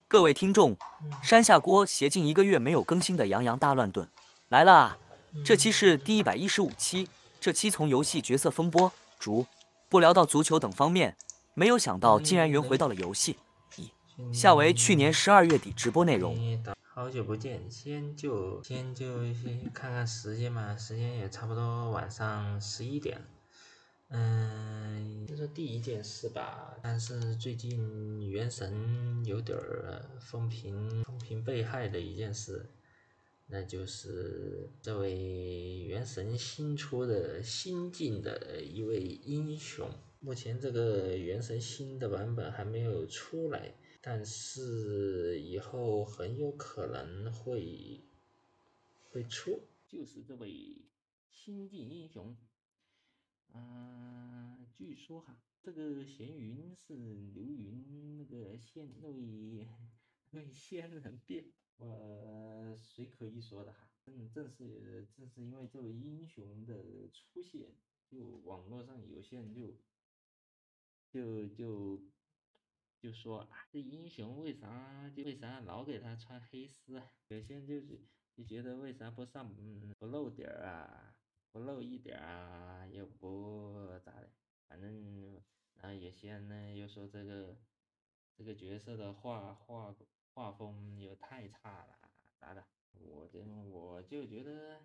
各位听众，山下锅斜近1个月没有更新的洋洋大乱炖来了啊！这期是第115期，这期从游戏角色风波、不聊到足球等方面，没有想到竟然圆回到了游戏。下为去年12月底直播内容。 好久不见，先看看时间嘛，时间也差不多晚上11点了。这是第一件事吧，但是最近原神有点风评被害的一件事，那就是这位原神新出的新进的一位英雄。目前这个原神新的版本还没有出来，但是以后很有可能会出，就是这位新晋英雄。据说这个闲云是流云那个那位仙人变，随口一说的正是因为这位英雄的出现，就网络上有些人就说这英雄为啥老给他穿黑丝啊？有些人就觉得为啥不露点不露一点又不咋的，反正然后有些人呢又说这个角色的画风又太差了咋的？我就觉得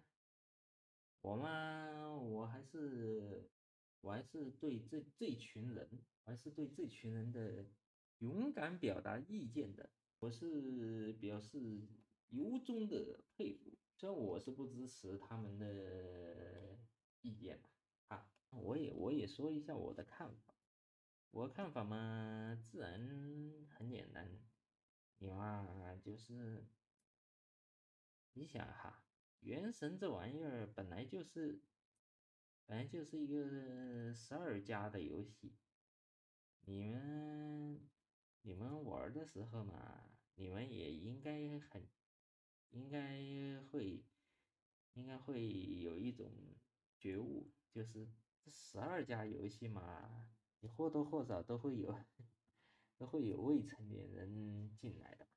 我还是对这群人，我还是对这群人的勇敢表达意见的，我是表示由衷的佩服。虽然我是不支持他们的意见我也说一下我的看法。我的看法嘛，自然很简单，就是你想原神这玩意儿本来就是一个12+的游戏，你们玩的时候嘛，你们也应该会有一种觉悟，就是这12+游戏嘛，你或多或少都会有未成年人进来的。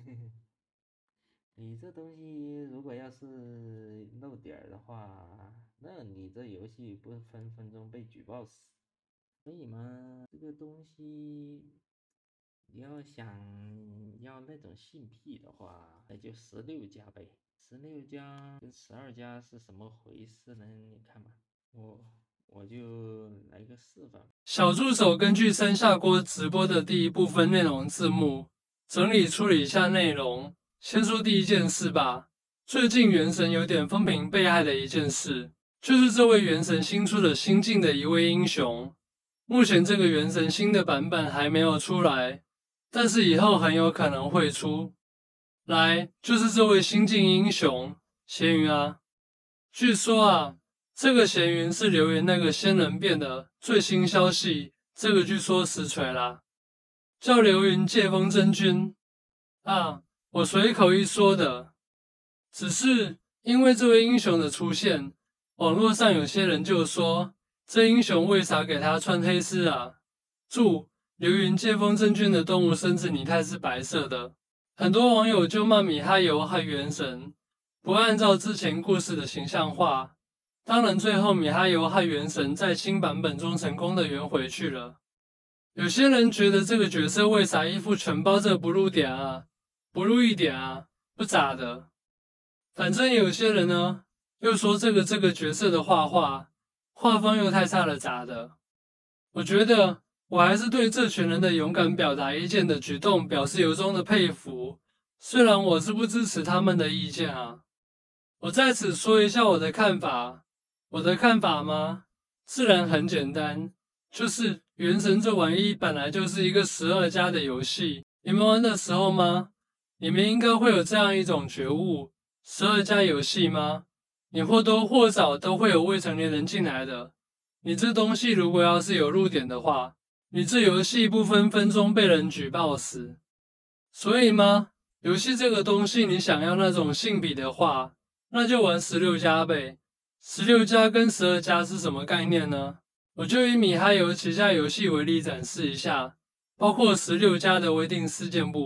你这东西如果要是漏点儿的话，那你这游戏不分分钟被举报死。所以嘛，这个东西你要想要那种性癖的话，那就16+呗。16+跟12+是什么回事呢？你看吧，我就来个示范。 小助手根据山下锅直播的第一部分内容字幕整理处理一下内容。先说第一件事吧，最近原神有点风评被害的一件事，就是这位原神新出的新晋的一位英雄。目前这个原神新的版本还没有出来，但是以后很有可能会出来，就是这位新晋英雄闲云啊。据说这个闲云是留言那个仙人变的最新消息，这个据说实锤啦，叫流云借风真君我随口一说的，只是因为这位英雄的出现，网络上有些人就说这英雄为啥给他穿黑丝注流云借风真君的动物生殖拟态是白色的，很多网友就骂米哈游和原神不按照之前故事的形象画。当然最后米哈游和原神在新版本中成功的圆回去了。有些人觉得这个角色为啥衣服全包着不露点不露一点不咋的。反正有些人呢又说这个角色的画风又太差了咋的。我觉得我还是对这群人的勇敢表达意见的举动表示由衷的佩服，虽然我是不支持他们的意见我在此说一下我的看法。我的看法吗？自然很简单，就是原神这玩意本来就是一个12+的游戏，你们玩的时候吗？你们应该会有这样一种觉悟，12+游戏吗？你或多或少都会有未成年人进来的，你这东西如果要是有露点的话，你这游戏不分分钟被人举报死。所以吗？游戏这个东西你想要那种性比的话，那就玩16+呗。16+跟12+是什么概念呢？我就以米哈游旗下游戏为例展示一下，包括16+的微定事件簿，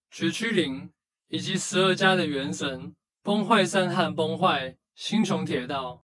绝区零以及12家的原神崩坏3和崩坏星穹铁道。